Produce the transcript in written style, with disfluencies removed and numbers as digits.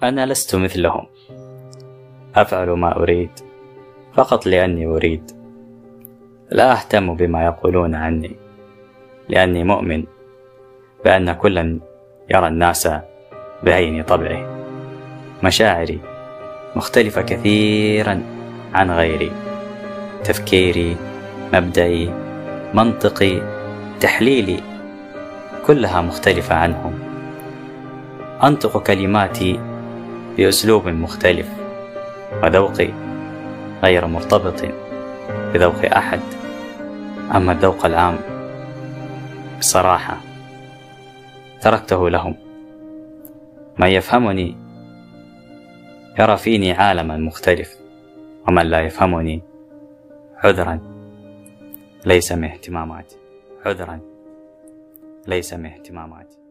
أنا لست مثلهم، أفعل ما أريد فقط لأني أريد، لا أهتم بما يقولون عني، لأني مؤمن بأن كلا يرى الناس بعين طبعه. مشاعري مختلفة كثيرا عن غيري، تفكيري، مبدئي، منطقي، تحليلي، كلها مختلفة عنهم. أنطق كلماتي بأسلوب مختلف، وذوقي غير مرتبط بذوق أحد. أما الذوق العام بصراحة تركته لهم. من يفهمني يرى فيني عالما مختلف، ومن لا يفهمني عذرا ليس من اهتماماتي.